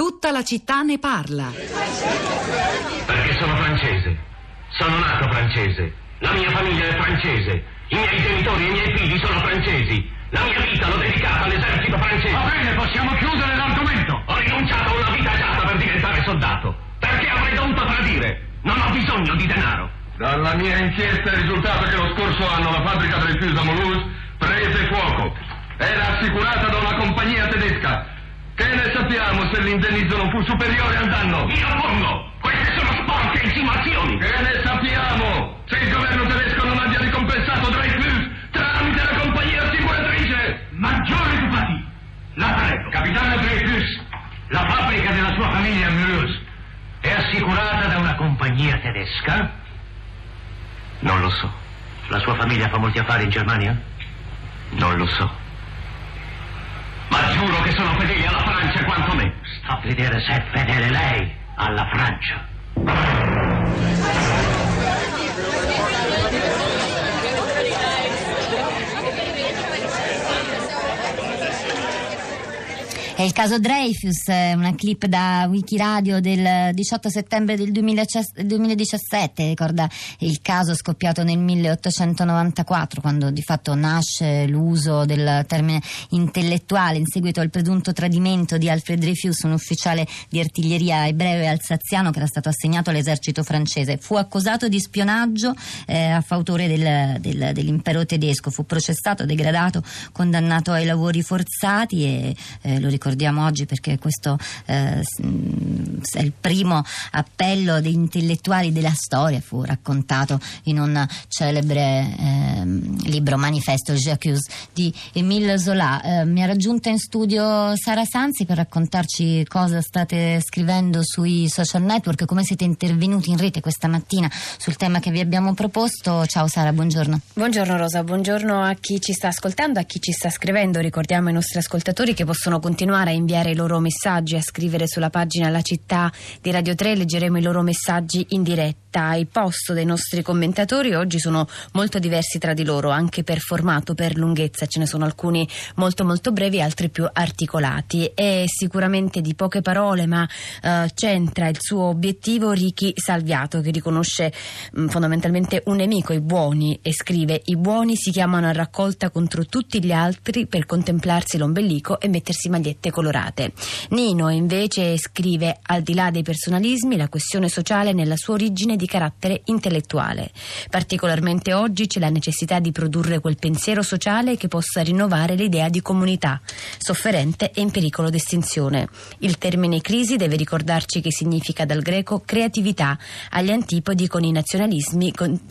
Tutta la città ne parla. Perché sono francese. Sono nato francese. La mia famiglia è francese. I miei genitori e i miei figli sono francesi. La mia vita l'ho dedicata all'esercito francese. Va bene, possiamo chiudere l'argomento. Ho rinunciato a una vita agiata per diventare soldato. Perché avrei dovuto tradire? Non ho bisogno di denaro. Dalla mia inchiesta è risultato che lo scorso anno la fabbrica del Fus a Mulhouse prese fuoco. Era assicurata da una compagnia tedesca. Che ne sappiamo se l'indennizzo non fu superiore al danno? Mi oppongo! Queste sono sporche insinuazioni! Che ne sappiamo se il governo tedesco non abbia ricompensato Dreyfus tramite la compagnia assicuratrice? Maggiore Dupati! La prego! Capitano Dreyfus, La fabbrica della sua famiglia a Mulhouse è assicurata da una compagnia tedesca? Non lo so. La sua famiglia fa molti affari in Germania? Non lo so. Ma giuro che sono fedeli alla Francia quanto me. Sta a vedere se è fedele lei alla Francia. È il caso Dreyfus, una clip da Wikiradio del 18 settembre del 2017, ricorda il caso scoppiato nel 1894, quando di fatto nasce l'uso del termine intellettuale in seguito al presunto tradimento di Alfred Dreyfus, un ufficiale di artiglieria ebreo e alsaziano che era stato assegnato all'esercito francese. Fu accusato di spionaggio a favore dell'impero tedesco, fu processato, degradato, condannato ai lavori forzati e lo ricordiamo oggi perché questo è il primo appello degli intellettuali della storia, fu raccontato in un celebre libro, Manifesto J'accuse di Émile Zola. Mi ha raggiunta in studio Sara Sanzi per raccontarci cosa state scrivendo sui social network, come siete intervenuti in rete questa mattina sul tema che vi abbiamo proposto. Ciao Sara, buongiorno. Buongiorno Rosa, buongiorno a chi ci sta ascoltando, a chi ci sta scrivendo. Ricordiamo ai nostri ascoltatori che possono continuare a inviare i loro messaggi, a scrivere sulla pagina La Città di Radio 3. Leggeremo i loro messaggi in diretta. I post dei nostri commentatori oggi sono molto diversi tra di loro, anche per formato, per lunghezza. Ce ne sono alcuni molto molto brevi, altri più articolati. È sicuramente di poche parole, ma centra il suo obiettivo Ricky Salviato, che riconosce fondamentalmente un nemico, i buoni, e scrive: i buoni si chiamano a raccolta contro tutti gli altri per contemplarsi l'ombelico e mettersi magliette colorate. Nino invece scrive: al di là dei personalismi, la questione sociale nella sua origine di carattere intellettuale. Particolarmente oggi c'è la necessità di produrre quel pensiero sociale che possa rinnovare l'idea di comunità, sofferente e in pericolo di estinzione. Il termine crisi deve ricordarci che significa dal greco creatività, agli antipodi con i nazionalismi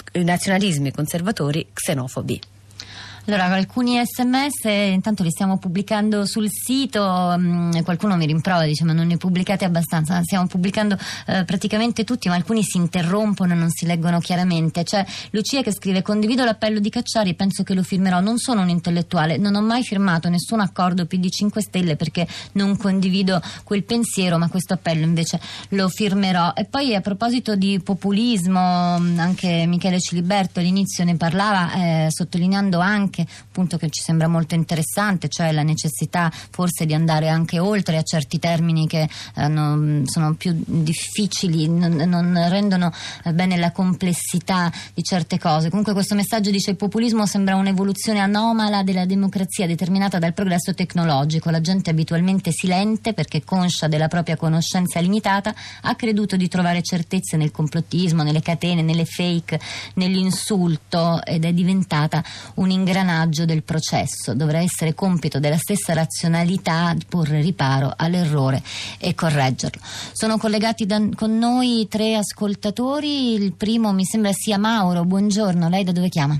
conservatori xenofobi. Allora, alcuni sms intanto li stiamo pubblicando sul sito, qualcuno mi rimprovera, dice ma non ne pubblicate abbastanza. Stiamo pubblicando praticamente tutti, ma alcuni si interrompono e non si leggono chiaramente. C'è Lucia che scrive: condivido l'appello di Cacciari, penso che lo firmerò, non sono un intellettuale, non ho mai firmato nessun accordo PD 5 Stelle perché non condivido quel pensiero, ma questo appello invece lo firmerò. E poi a proposito di populismo, anche Michele Ciliberto all'inizio ne parlava, sottolineando anche un punto che ci sembra molto interessante, cioè la necessità forse di andare anche oltre a certi termini che sono più difficili, non rendono bene la complessità di certe cose. Comunque questo messaggio dice: il populismo sembra un'evoluzione anomala della democrazia determinata dal progresso tecnologico. La gente abitualmente silente, perché conscia della propria conoscenza limitata, ha creduto di trovare certezze nel complottismo, nelle catene, nelle fake, nell'insulto, ed è diventata un ingranaggio del processo. Dovrà essere compito della stessa razionalità di porre riparo all'errore e correggerlo. Sono collegati con noi 3 ascoltatori. Il primo mi sembra sia Mauro. Buongiorno, lei da dove chiama?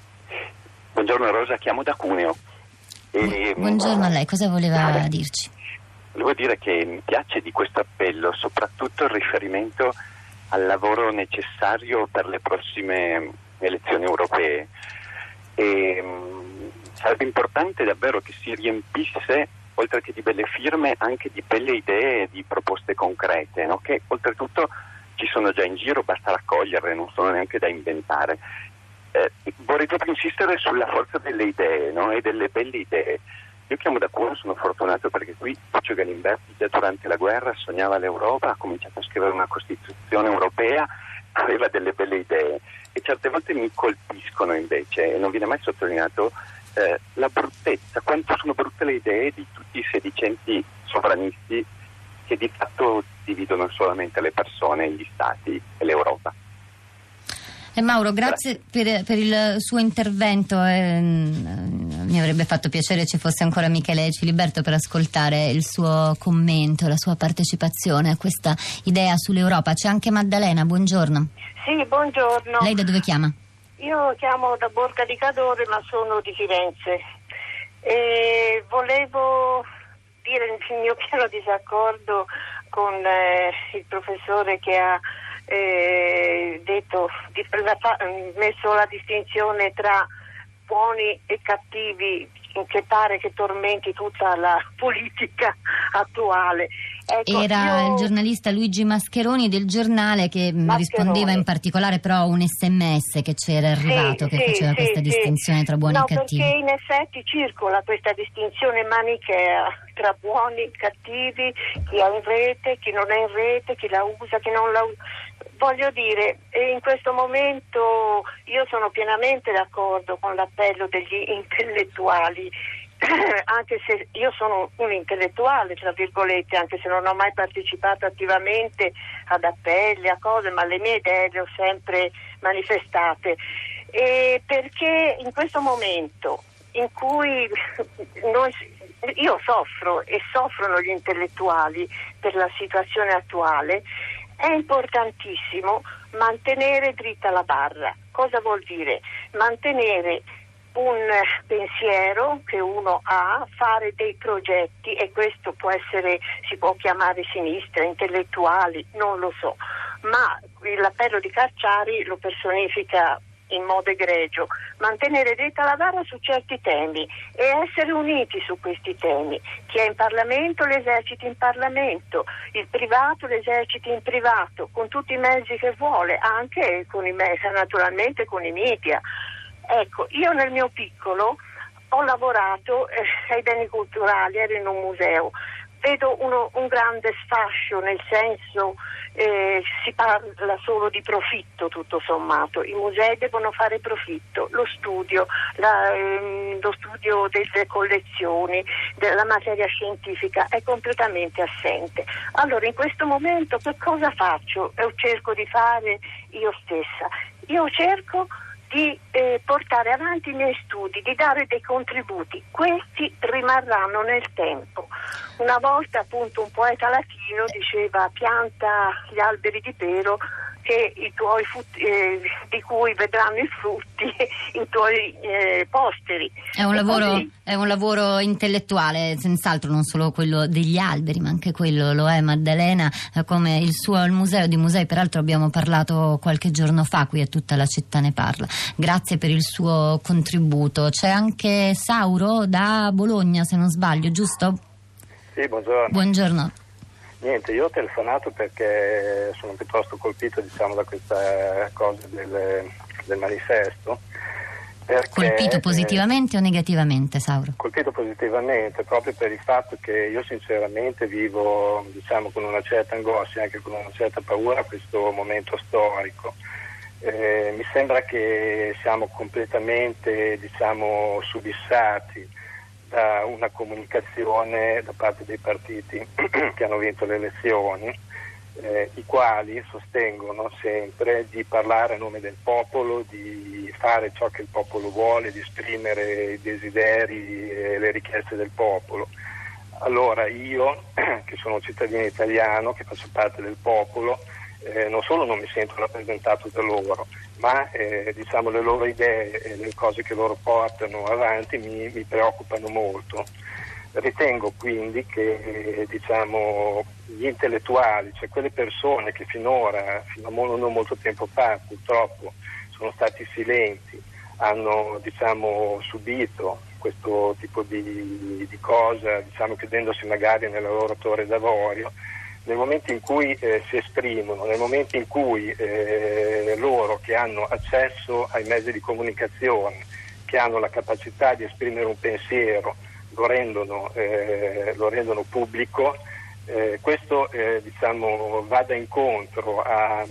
Buongiorno Rosa, chiamo da Cuneo. Buongiorno a lei, cosa voleva dirci? Volevo dire che mi piace di questo appello soprattutto il riferimento al lavoro necessario per le prossime elezioni europee. E sarebbe importante davvero che si riempisse, oltre che di belle firme, anche di belle idee e di proposte concrete, no? Che oltretutto ci sono già in giro, basta raccoglierle, non sono neanche da inventare. Vorrei proprio insistere sulla forza delle idee, no? E delle belle idee. Io chiamo da cuore, sono fortunato perché qui Lucio Galimberti già durante la guerra sognava l'Europa, ha cominciato a scrivere una Costituzione europea, aveva delle belle idee e certe volte mi colpiscono invece, e non viene mai sottolineato la bruttezza, quanto sono brutte le idee di tutti i sedicenti sovranisti che di fatto dividono solamente le persone, gli stati e l'Europa. Mauro, grazie per il suo intervento. Mi avrebbe fatto piacere ci fosse ancora Michele Ciliberto per ascoltare il suo commento, la sua partecipazione a questa idea sull'Europa. C'è anche Maddalena, buongiorno. Sì, buongiorno. Lei da dove chiama? Io chiamo da Borca di Cadore, ma sono di Firenze. E volevo dire il mio pieno disaccordo con il professore che ha messo la distinzione tra buoni e cattivi, che pare che tormenti tutta la politica attuale. Ecco, era il giornalista Luigi Mascheroni del Giornale che rispondeva in particolare però a un SMS che c'era arrivato, che faceva questa distinzione tra buoni e cattivi. Perché in effetti circola questa distinzione manichea tra buoni e cattivi, chi è in rete, chi non è in rete, chi la usa, chi non la usa. Voglio dire, in questo momento io sono pienamente d'accordo con l'appello degli intellettuali, anche se io sono un intellettuale, tra virgolette, anche se non ho mai partecipato attivamente ad appelli, a cose, ma le mie idee le ho sempre manifestate. Perché in questo momento in cui io soffro e soffrono gli intellettuali per la situazione attuale, è importantissimo mantenere dritta la barra. Cosa vuol dire? Mantenere un pensiero che uno ha, fare dei progetti, e questo può essere, si può chiamare sinistra, intellettuali, non lo so, ma l'appello di Carciari lo personifica in modo egregio. Mantenere dritta la barra su certi temi e essere uniti su questi temi. Chi è in Parlamento l'eserciti in Parlamento, il privato l'eserciti in privato, con tutti i mezzi che vuole, anche con naturalmente con i media. Ecco, io nel mio piccolo ho lavorato ai beni culturali, ero in un museo. Vedo un grande sfascio, nel senso si parla solo di profitto tutto sommato. I musei devono fare profitto, lo studio delle collezioni, della materia scientifica è completamente assente. Allora in questo momento che cosa faccio? Cerco di fare io stessa. Io cerco di portare avanti i miei studi, di dare dei contributi. Questi rimarranno nel tempo. Una volta appunto un poeta latino diceva: pianta gli alberi di pero che di cui vedranno i frutti i tuoi posteri. È un lavoro intellettuale, senz'altro, non solo quello degli alberi, ma anche quello lo è, Maddalena, come il museo di musei. Peraltro abbiamo parlato qualche giorno fa qui a Tutta la città ne parla. Grazie per il suo contributo. C'è anche Sauro da Bologna, se non sbaglio, giusto? Sì, buongiorno. Buongiorno. Niente, io ho telefonato perché sono piuttosto colpito, da questa cosa del manifesto. Colpito positivamente o negativamente, Sauro? Colpito positivamente, proprio per il fatto che io sinceramente vivo, con una certa angoscia e anche con una certa paura questo momento storico. Mi sembra che siamo completamente, subissati da una comunicazione da parte dei partiti che hanno vinto le elezioni, i quali sostengono sempre di parlare a nome del popolo, di fare ciò che il popolo vuole, di esprimere i desideri e le richieste del popolo. Allora io, che sono un cittadino italiano, che faccio parte del popolo, non solo non mi sento rappresentato da loro, ma le loro idee e le cose che loro portano avanti mi preoccupano molto. Ritengo quindi che gli intellettuali, cioè quelle persone che finora, fino a non molto tempo fa, purtroppo sono stati silenti, hanno subito questo tipo di cosa, chiudendosi magari nella loro torre d'avorio, nel momento in cui si esprimono, nel momento in cui loro che hanno accesso ai mezzi di comunicazione, che hanno la capacità di esprimere un pensiero lo rendono pubblico, questo vada incontro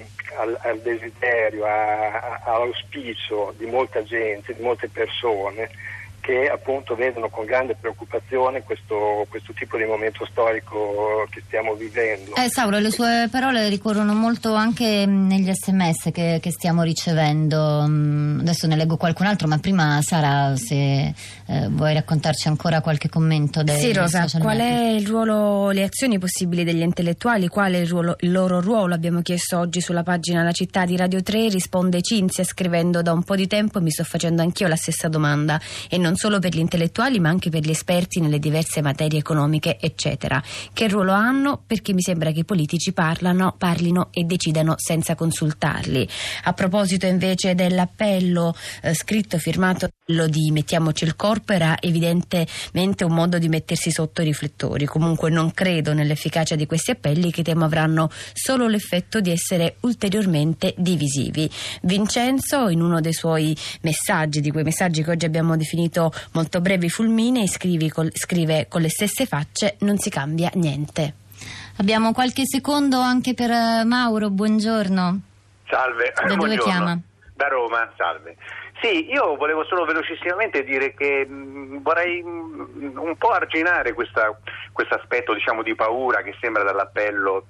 al desiderio, all'auspicio di molta gente, di molte persone che appunto vedono con grande preoccupazione questo tipo di momento storico che stiamo vivendo. Sauro, le sue parole ricorrono molto anche negli SMS che stiamo ricevendo. Adesso ne leggo qualcun altro, ma prima Sara, se vuoi raccontarci ancora qualche commento dei Sì, Rosa, social qual media. è il ruolo, le azioni possibili degli intellettuali, qual è il loro ruolo? Abbiamo chiesto oggi sulla pagina La Città di Radio 3, risponde Cinzia scrivendo: da un po' di tempo mi sto facendo anch'io la stessa domanda, e non solo per gli intellettuali ma anche per gli esperti nelle diverse materie economiche eccetera. Che ruolo hanno? Perché mi sembra che i politici parlino e decidano senza consultarli. A proposito invece dell'appello scritto, firmato di Mettiamoci il corpo, era evidentemente un modo di mettersi sotto i riflettori. Comunque non credo nell'efficacia di questi appelli, che temo avranno solo l'effetto di essere ulteriormente divisivi. Vincenzo, in uno dei suoi messaggi, di quei messaggi che oggi abbiamo definito molto brevi, fulminei, scrive: con le stesse facce non si cambia niente. Abbiamo qualche secondo anche per Mauro, buongiorno. Salve. Da dove Buongiorno. chiama? Da Roma, salve. Sì, io volevo solo velocissimamente dire che vorrei un po' arginare questo aspetto, diciamo, di paura che sembra dall'appello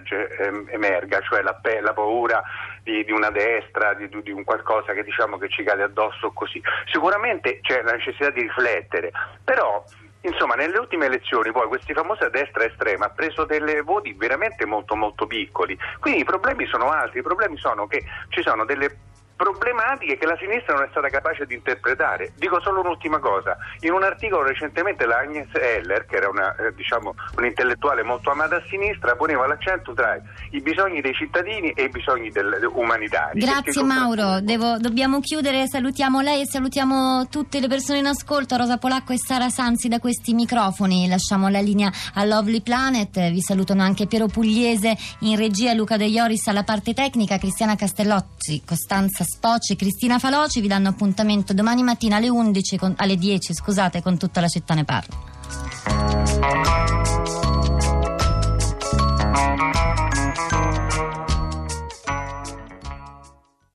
emerga, cioè la paura di una destra, di un qualcosa che diciamo che ci cade addosso così. Sicuramente c'è la necessità di riflettere, però insomma nelle ultime elezioni poi questa famosa destra estrema ha preso delle voti veramente molto molto piccoli, quindi i problemi sono altri, i problemi sono che ci sono delle problematiche che la sinistra non è stata capace di interpretare. Dico solo un'ultima cosa: in un articolo recentemente la Agnes Heller, che era un'intellettuale molto amata a sinistra, poneva l'accento tra i bisogni dei cittadini e i bisogni umanitari. Grazie Mauro, dobbiamo chiudere. Salutiamo lei e salutiamo tutte le persone in ascolto, Rosa Polacco e Sara Sanzi da questi microfoni. Lasciamo la linea a Lovely Planet. Vi salutano anche Piero Pugliese in regia, Luca De Ioris alla parte tecnica, Cristiana Castellozzi, Costanza Spoci, Cristina Faloci. Vi danno appuntamento domani mattina alle 10, con tutta La Città ne parla.